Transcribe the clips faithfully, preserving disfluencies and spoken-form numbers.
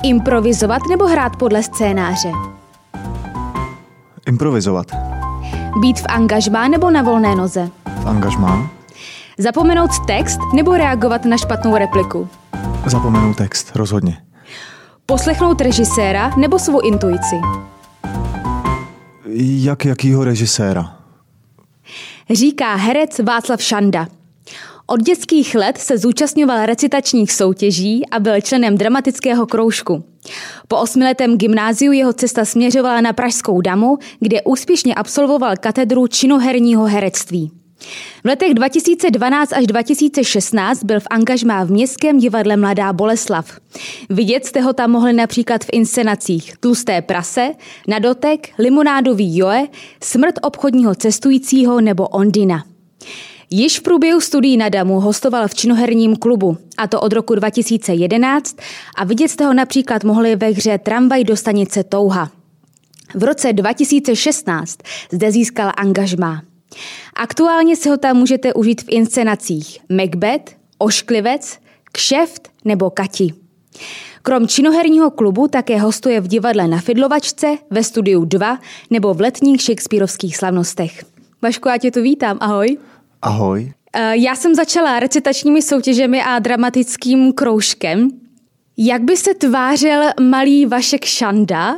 Improvizovat nebo hrát podle scénáře? Improvizovat. Být v angažmá nebo na volné noze? V angažmá. Zapomenout text nebo reagovat na špatnou repliku? Zapomenout text, rozhodně. Poslechnout režiséra nebo svou intuici? Jak jakýho režiséra? Říká herec Václav Šanda. Od dětských let se zúčastňoval recitačních soutěží a byl členem dramatického kroužku. Po osmiletém gymnáziu jeho cesta směřovala na Pražskou Damu, kde úspěšně absolvoval katedru činoherního herectví. V letech dva tisíce dvanáct až dva tisíce šestnáct byl v angažmá v Městském divadle Mladá Boleslav. Vidět jste ho tam mohli například v inscenacích Tlusté prase, Na dotek, Limonádový Joe, Smrt obchodního cestujícího nebo Ondina. Již v průběhu studií na Damu hostoval v činoherním klubu, a to od roku dva tisíce jedenáct, a vidět jste ho například mohli ve hře Tramvaj do stanice Touha. V roce dva tisíce šestnáct zde získal angažmá. Aktuálně si ho tam můžete užít v inscenacích Macbeth, Ošklivec, Kšeft nebo Kati. Krom činoherního klubu také hostuje v divadle Na Fidlovačce, ve studiu dva nebo v letních shakespearovských slavnostech. Vašku, já tě tu vítám, ahoj. Ahoj. Já jsem začala recitačními soutěžemi a dramatickým kroužkem. Jak by se tvářil malý Vašek Šanda,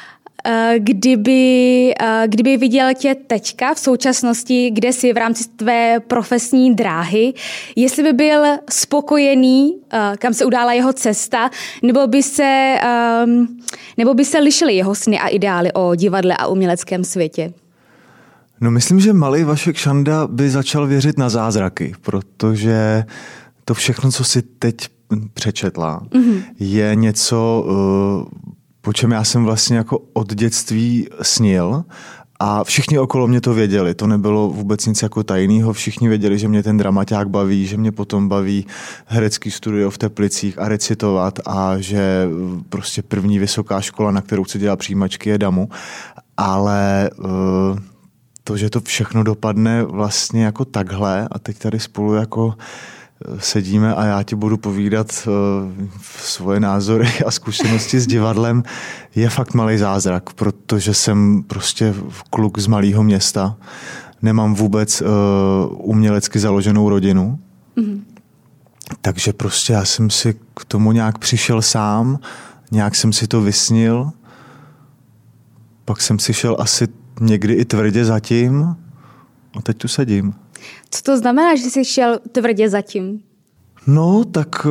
kdyby, kdyby viděl tě teďka v současnosti, kde jsi v rámci tvé profesní dráhy, jestli by byl spokojený, kam se udála jeho cesta, nebo by se, nebo by se lišily jeho sny a ideály o divadle a uměleckém světě? No myslím, že malý Vašek Šanda by začal věřit na zázraky, protože to všechno, co si teď přečetla, mm-hmm. je něco, po čem já jsem vlastně jako od dětství snil a všichni okolo mě to věděli. To nebylo vůbec nic jako tajného. Všichni věděli, že mě ten dramaťák baví, že mě potom baví herecký studio v Teplicích a recitovat a že prostě první vysoká škola, na kterou chci dělat přijímačky, je Damu. Ale to, že to všechno dopadne vlastně jako takhle a teď tady spolu jako sedíme a já ti budu povídat uh, svoje názory a zkušenosti s divadlem, je fakt malý zázrak, protože jsem prostě kluk z malého města, nemám vůbec uh, umělecky založenou rodinu, mm-hmm. takže prostě já jsem si k tomu nějak přišel sám, nějak jsem si to vysnil, pak jsem si šel asi někdy i tvrdě zatím a teď tu sedím. Co to znamená, že jsi šel tvrdě zatím? No, tak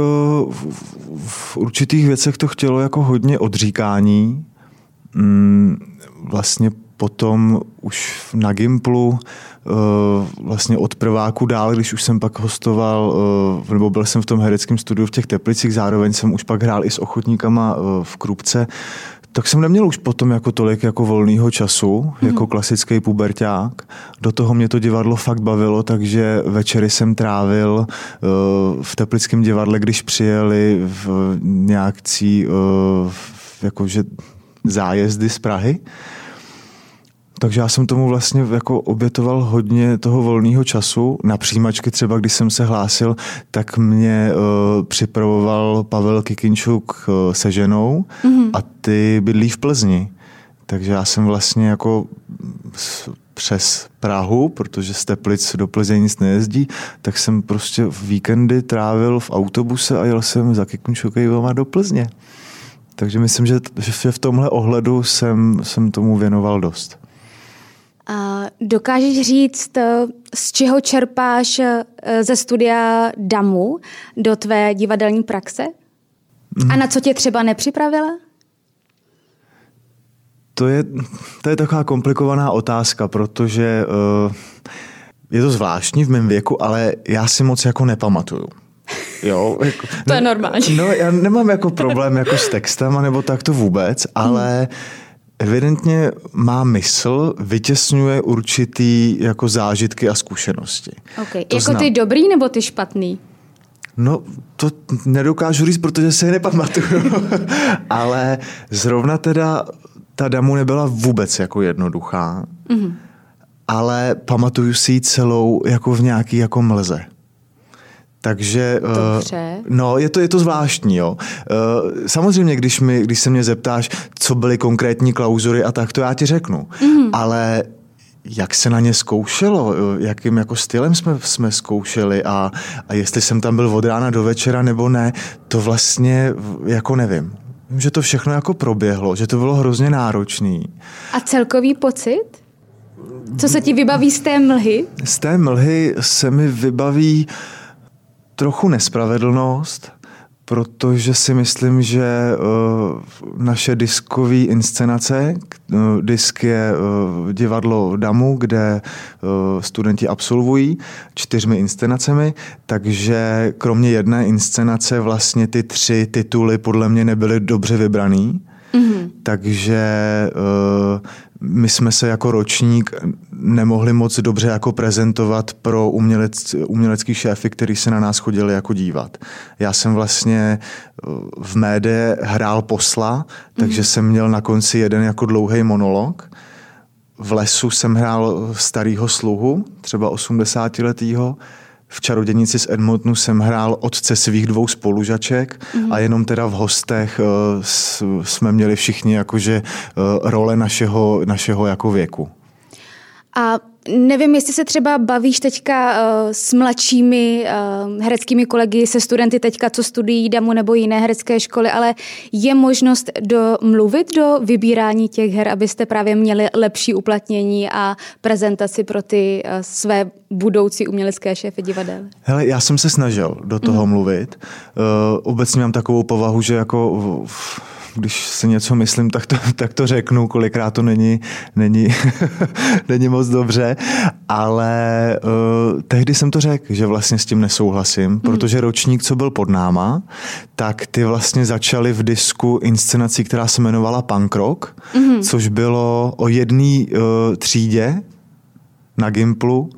v určitých věcech to chtělo jako hodně odříkání. Vlastně potom už na Gimplu, vlastně od prváku dál, když už jsem pak hostoval, nebo byl jsem v tom hereckém studiu v těch Teplicích, zároveň jsem už pak hrál i s ochotníkama v Krupce, tak jsem neměl už potom jako tolik jako volného času, mm-hmm. jako klasický puberťák. Do toho mě to divadlo fakt bavilo, takže večery jsem trávil uh, v Teplickém divadle, když přijeli v nějakcí uh, jakože zájezdy z Prahy. Takže já jsem tomu vlastně jako obětoval hodně toho volného času. Na přijímačky třeba, když jsem se hlásil, tak mě uh, připravoval Pavel Kikinčuk uh, se ženou mm-hmm. a ty bydlí v Plzni. Takže já jsem vlastně jako přes Prahu, protože z Teplic do Plzně nic nejezdí, tak jsem prostě v víkendy trávil v autobuse a jel jsem za Kikinčukejvama do Plzně. Takže myslím, že, že v tomhle ohledu jsem, jsem tomu věnoval dost. A dokážeš říct, z čeho čerpáš ze studia Damu do tvé divadelní praxe? Mm. A na co tě třeba nepřipravila? To je, to je taková komplikovaná otázka, protože uh, je to zvláštní v mém věku, ale já si moc jako nepamatuju. Jo, jako, to je normální. No, já nemám jako problém jako s textem, nebo tak to vůbec, ale mm. evidentně má mysl, vytěsňuje určitý jako zážitky a zkušenosti. Okay. Jako znám. Ty dobrý nebo ty špatný? No, to nedokážu říct, protože se je nepamatuju. Ale zrovna teda ta Damu nebyla vůbec jako jednoduchá, mm-hmm. ale pamatuju si ji celou jako v nějaký jako mlze. Takže, Dobře. Uh, no, je to, je to zvláštní, jo. Uh, samozřejmě, když, mi, když se mě zeptáš, co byly konkrétní klauzury a tak, to já ti řeknu. Mm. Ale jak se na ně zkoušelo, jakým jako stylem jsme, jsme zkoušeli a, a jestli jsem tam byl od rána do večera nebo ne, to vlastně jako nevím. Vím, že to všechno jako proběhlo, že to bylo hrozně náročný. A celkový pocit? Co se ti vybaví z té mlhy? Z té mlhy se mi vybaví trochu nespravedlnost, protože si myslím, že uh, naše diskové inscenace, uh, disk je uh, divadlo Damu, kde uh, studenti absolvují čtyřmi inscenacemi, takže kromě jedné inscenace vlastně ty tři tituly podle mě nebyly dobře vybraný. Mm-hmm. Takže uh, my jsme se jako ročník nemohli moc dobře jako prezentovat pro umělec, umělecký šéfy, který se na nás chodili jako dívat. Já jsem vlastně v médii hrál posla, takže mm-hmm. jsem měl na konci jeden jako dlouhý monolog. V lesu jsem hrál starýho sluhu, třeba osmdesátiletýho. V Čarodějnici z Edmontonu jsem hrál otce svých dvou spolužaček mm-hmm. a jenom teda v hostech uh, s, jsme měli všichni jakože uh, role našeho, našeho jako věku. A nevím, jestli se třeba bavíš teďka uh, s mladšími uh, hereckými kolegy, se studenty teďka, co studují Damu nebo jiné herecké školy, ale je možnost do, mluvit do vybírání těch her, abyste právě měli lepší uplatnění a prezentaci pro ty uh, své budoucí umělecké šéfy divadel? Hele, já jsem se snažil do toho mm. mluvit. Uh, obecně mám takovou povahu, že jako... Uh, když si něco myslím, tak to, tak to řeknu, kolikrát to není, není, není moc dobře, ale uh, tehdy jsem to řekl, že vlastně s tím nesouhlasím, mm. protože ročník, co byl pod náma, tak ty vlastně začali v disku inscenací, která se jmenovala Punk Rock, mm. což bylo o jedné uh, třídě na Gimplu uh,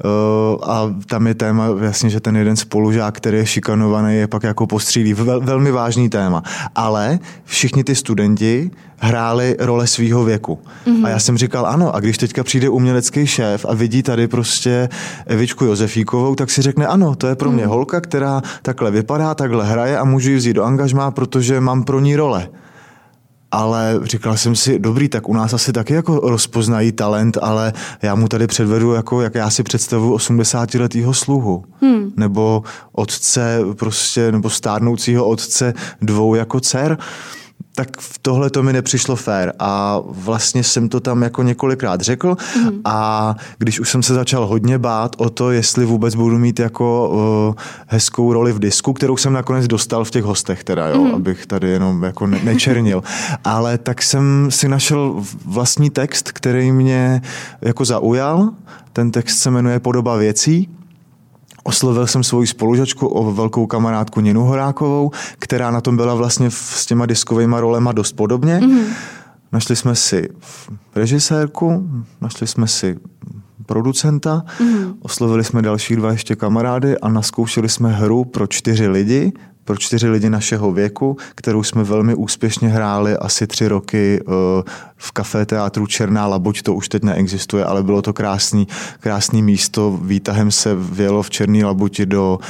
a tam je téma jasně, že ten jeden spolužák, který je šikanovaný, je pak jako postřílí. Vel, velmi vážný téma. Ale všichni ty studenti hráli role svýho věku. Mm-hmm. A já jsem říkal, ano, a když teďka přijde umělecký šéf a vidí tady prostě Evičku Josefíkovou, tak si řekne, ano, to je pro mě mm. holka, která takhle vypadá, takhle hraje a můžu ji vzít do angažmá, protože mám pro ní role. Ale říkal jsem si, dobrý, tak u nás asi taky jako rozpoznají talent, ale já mu tady předvedu, jako, jak já si představuji osmdesátiletýho sluhu. Hmm. Nebo otce, prostě, nebo stárnoucího otce dvou jako dcer. Tak tohle to mi nepřišlo fér a vlastně jsem to tam jako několikrát řekl mm. a když už jsem se začal hodně bát o to, jestli vůbec budu mít jako uh, hezkou roli v disku, kterou jsem nakonec dostal v těch hostech teda, jo, mm. abych tady jenom jako ne- nečernil. Ale tak jsem si našel vlastní text, který mě jako zaujal. Ten text se jmenuje Podoba věcí. Oslovil jsem svou spolužačku, o velkou kamarádku Ninu Horákovou, která na tom byla vlastně s těma diskovejma rolema dost podobně. Mm-hmm. Našli jsme si režisérku, našli jsme si producenta, mm-hmm. oslovili jsme další dva ještě kamarády a naskoušeli jsme hru pro čtyři lidi, pro čtyři lidi našeho věku, kterou jsme velmi úspěšně hráli asi tři roky v Café teátru Černá labuť, to už teď neexistuje, ale bylo to krásný, krásný místo. Výtahem se vjelo v Černý labuti do,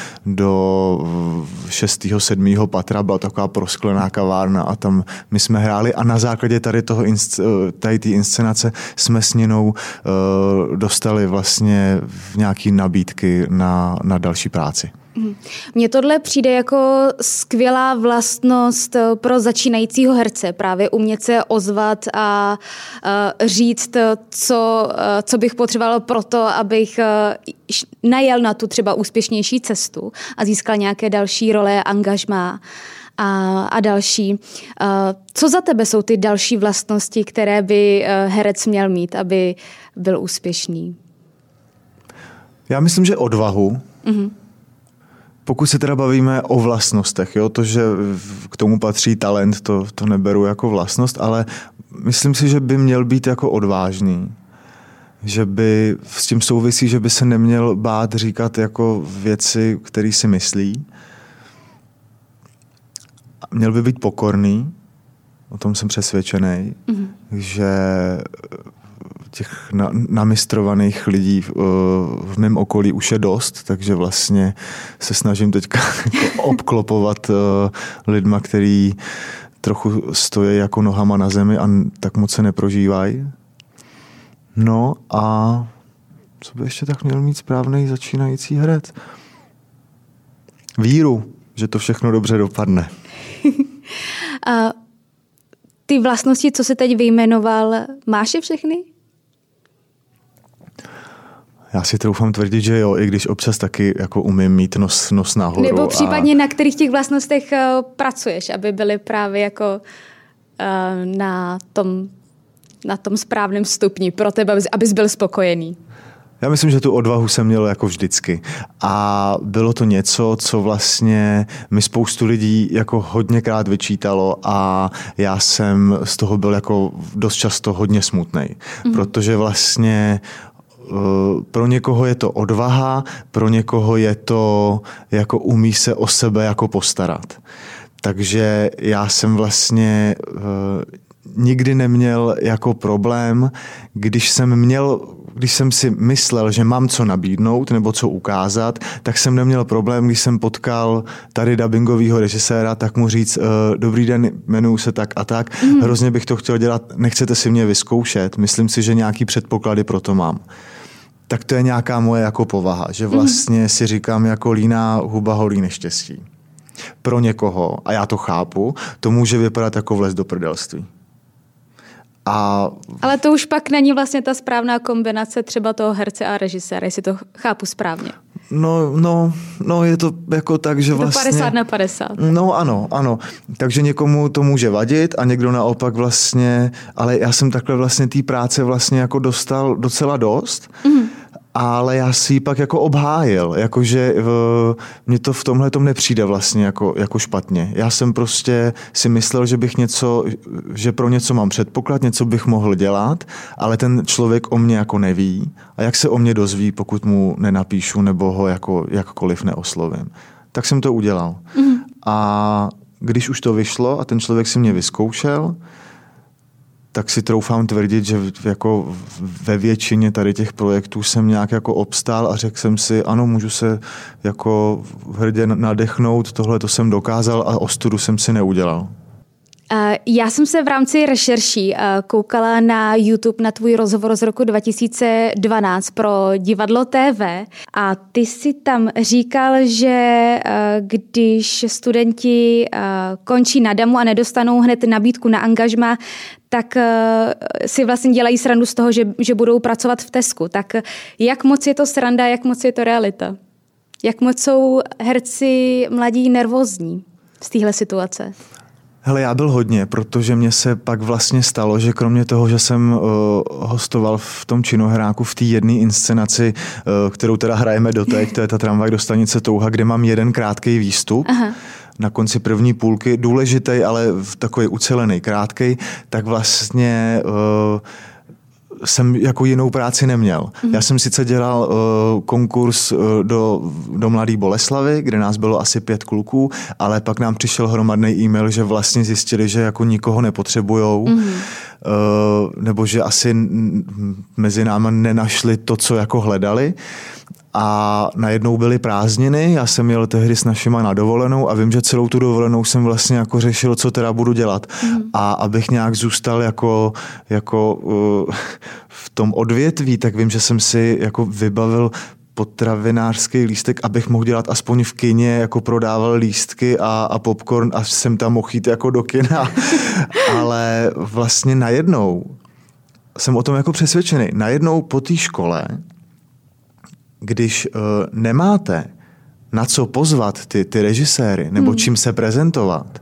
do šestého sedmého patra, byla taková prosklená kavárna a tam my jsme hráli a na základě tady toho tady té inscenace jsme s Ninou uh, dostali vlastně nějaký nabídky na, na další práci. Mně tohle přijde jako skvělá vlastnost pro začínajícího herce, právě umět se ozvat a říct, co, co bych potřebovala pro to, abych najel na tu třeba úspěšnější cestu a získal nějaké další role, angažmá a, a další. Co za tebe jsou ty další vlastnosti, které by herec měl mít, aby byl úspěšný? Já myslím, že odvahu. Mm-hmm. Pokud se teda bavíme o vlastnostech, jo, to, že k tomu patří talent, to, to neberu jako vlastnost, ale myslím si, že by měl být jako odvážný. Že by s tím souvisí, že by se neměl bát říkat jako věci, které si myslí. Měl by být pokorný, o tom jsem přesvědčený, mm-hmm. že těch na, namistrovaných lidí v, v mém okolí už je dost, takže vlastně se snažím teďka jako obklopovat lidma, který trochu stojí jako nohama na zemi a tak moc se neprožívají. No a co by ještě tak měl mít správný začínající herec? Víru, že to všechno dobře dopadne. A ty vlastnosti, co jsi teď vyjmenoval, máš je všechny? Já si troufám tvrdit, že jo, i když občas taky jako umím mít nos, nos nahoru. Nebo případně a... na kterých těch vlastnostech uh, pracuješ, aby byly právě jako uh, na tom, na tom správném stupni pro tebe, abys byl spokojený. Já myslím, že tu odvahu jsem měl jako vždycky. A bylo to něco, co vlastně mi spoustu lidí jako hodněkrát vyčítalo a já jsem z toho byl jako dost často hodně smutnej. Mm. Protože vlastně pro někoho je to odvaha, pro někoho je to jako umí se o sebe jako postarat. Takže já jsem vlastně nikdy neměl jako problém, když jsem měl, když jsem si myslel, že mám co nabídnout nebo co ukázat, tak jsem neměl problém, když jsem potkal tady dabingovýho režiséra, tak mu říct, dobrý den, jmenuji se tak a tak, mm. hrozně bych to chtěl dělat, nechcete si mě vyzkoušet, myslím si, že nějaký předpoklady pro to mám. Tak to je nějaká moje jako povaha, že vlastně mm. si říkám jako líná huba holí neštěstí. Pro někoho, a já to chápu, to může vypadat jako vlez do prdelství. A... Ale to už pak není vlastně ta správná kombinace třeba toho herce a režiséra, jestli to chápu správně. No, no, no je to jako tak, že je to vlastně... padesát na padesát. No ano, ano. Takže někomu to může vadit a někdo naopak vlastně, ale já jsem takhle vlastně té práce vlastně jako dostal docela dost, mm. ale já si ji pak jako obhájil, jakože mně to v tomhle tom nepřijde vlastně jako, jako špatně. Já jsem prostě si myslel, že bych něco, že pro něco mám předpoklad, něco bych mohl dělat, ale ten člověk o mě jako neví a jak se o mě dozví, pokud mu nenapíšu nebo ho jako jakkoliv neoslovím. Tak jsem to udělal. Mm. A když už to vyšlo a ten člověk si mě vyzkoušel, tak si troufám tvrdit, že jako ve většině tady těch projektů jsem nějak jako obstál a řekl jsem si, ano, můžu se jako hrdě nadechnout, tohle to jsem dokázal a ostudu jsem si neudělal. Já jsem se v rámci rešerší koukala na YouTube na tvůj rozhovor z roku dva tisíce dvanáct pro Divadlo T V a ty si tam říkal, že když studenti končí na damu a nedostanou hned nabídku na angažmá, tak si vlastně dělají srandu z toho, že, že budou pracovat v Tesku. Tak jak moc je to sranda, jak moc je to realita? Jak moc jsou herci mladí nervózní z téhle situace? Hele, já byl hodně, protože mně se pak vlastně stalo, že kromě toho, že jsem uh, hostoval v tom činohráku v té jedné inscenaci, uh, kterou teda hrajeme doteď, to je ta Tramvaj do stanice Touha, kde mám jeden krátký výstup, aha, na konci první půlky, důležitý, ale takový ucelený, krátkej, tak vlastně... Uh, jsem jako jinou práci neměl. Mm. Já jsem sice dělal uh, konkurs uh, do, do Mladé Boleslavy, kde nás bylo asi pět kluků, ale pak nám přišel hromadný e-mail, že vlastně zjistili, že jako nikoho nepotřebujou, mm. uh, nebo že asi mezi námi nenašli to, co jako hledali. A najednou byly prázdniny, já jsem jel tehdy s našima na dovolenou a vím, že celou tu dovolenou jsem vlastně jako řešil, co teda budu dělat. Mm. A abych nějak zůstal jako, jako uh, v tom odvětví, tak vím, že jsem si jako vybavil potravinářský lístek, abych mohl dělat aspoň v kině, jako prodával lístky a, a popcorn a jsem tam mohl jít jako do kina. Ale vlastně najednou jsem o tom jako přesvědčený. Najednou po té škole, když uh, nemáte na co pozvat ty, ty režiséry nebo hmm. čím se prezentovat,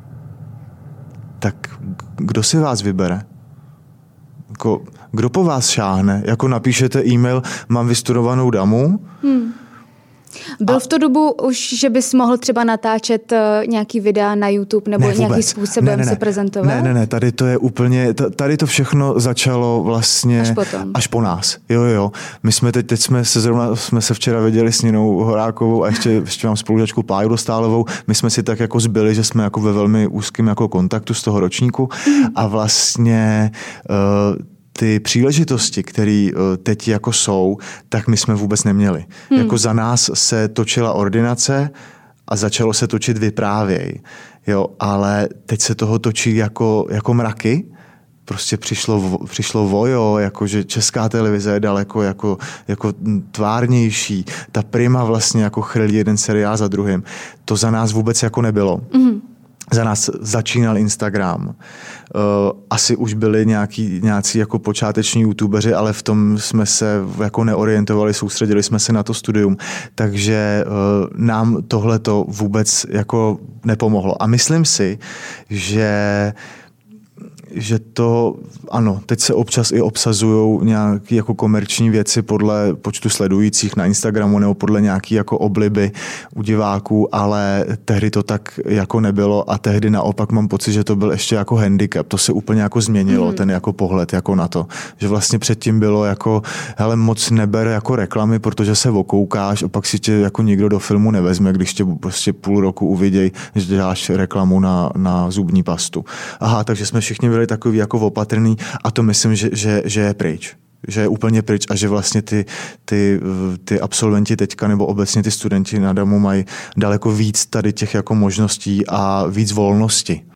tak kdo si vás vybere? Jako, kdo po vás šáhne? Jako napíšete e-mail, mám vystudovanou damu? Hmm. Byl a... v tu dobu už, že bys mohl třeba natáčet uh, nějaký videa na YouTube nebo ne, nějakým způsobem ne, ne, ne. se prezentovat? Ne, ne, ne, tady to je úplně, tady to všechno začalo vlastně až, potom. až po nás. Jo, jo. My jsme teď, teď jsme se zrovna, jsme se včera viděli s Ninou Horákovou a ještě, ještě mám spolužačku Páju Dostálovou. My jsme si tak jako zbyli, že jsme jako ve velmi úzkém jako kontaktu z toho ročníku mm. a vlastně uh, ty příležitosti, které teď jako jsou, tak my jsme vůbec neměli. Hmm. Jako za nás se točila ordinace a začalo se točit Vyprávěj. Jo, ale teď se toho točí jako, jako mraky. Prostě přišlo, přišlo Vojo, jakože Česká televize je daleko jako, jako tvárnější. Ta Prima vlastně jako chrlí jeden seriál za druhým. To za nás vůbec jako nebylo. Mm-hmm. Za nás začínal Instagram. Uh, asi už byli nějaký, nějací jako počáteční youtubeři, ale v tom jsme se jako neorientovali, soustředili jsme se na to studium. Takže uh, nám tohleto vůbec jako nepomohlo. A myslím si, že že to, ano, teď se občas i obsazují nějaké jako komerční věci podle počtu sledujících na Instagramu nebo podle nějaké jako obliby u diváků, ale tehdy to tak jako nebylo a tehdy naopak mám pocit, že to byl ještě jako handicap. To se úplně jako změnilo, mm. ten jako pohled jako na to. Že vlastně předtím bylo jako, hele, moc neber jako reklamy, protože se okoukáš a pak si tě jako nikdo do filmu nevezme, když tě prostě půl roku uviděj, že děláš reklamu na, na zubní pastu. Aha, takže jsme všichni byli takový jako opatrný a to myslím, že, že, že je pryč. Že je úplně pryč a že vlastně ty, ty, ty absolventi teďka nebo obecně ty studenti na DAMu mají daleko víc tady těch jako možností a víc volnosti.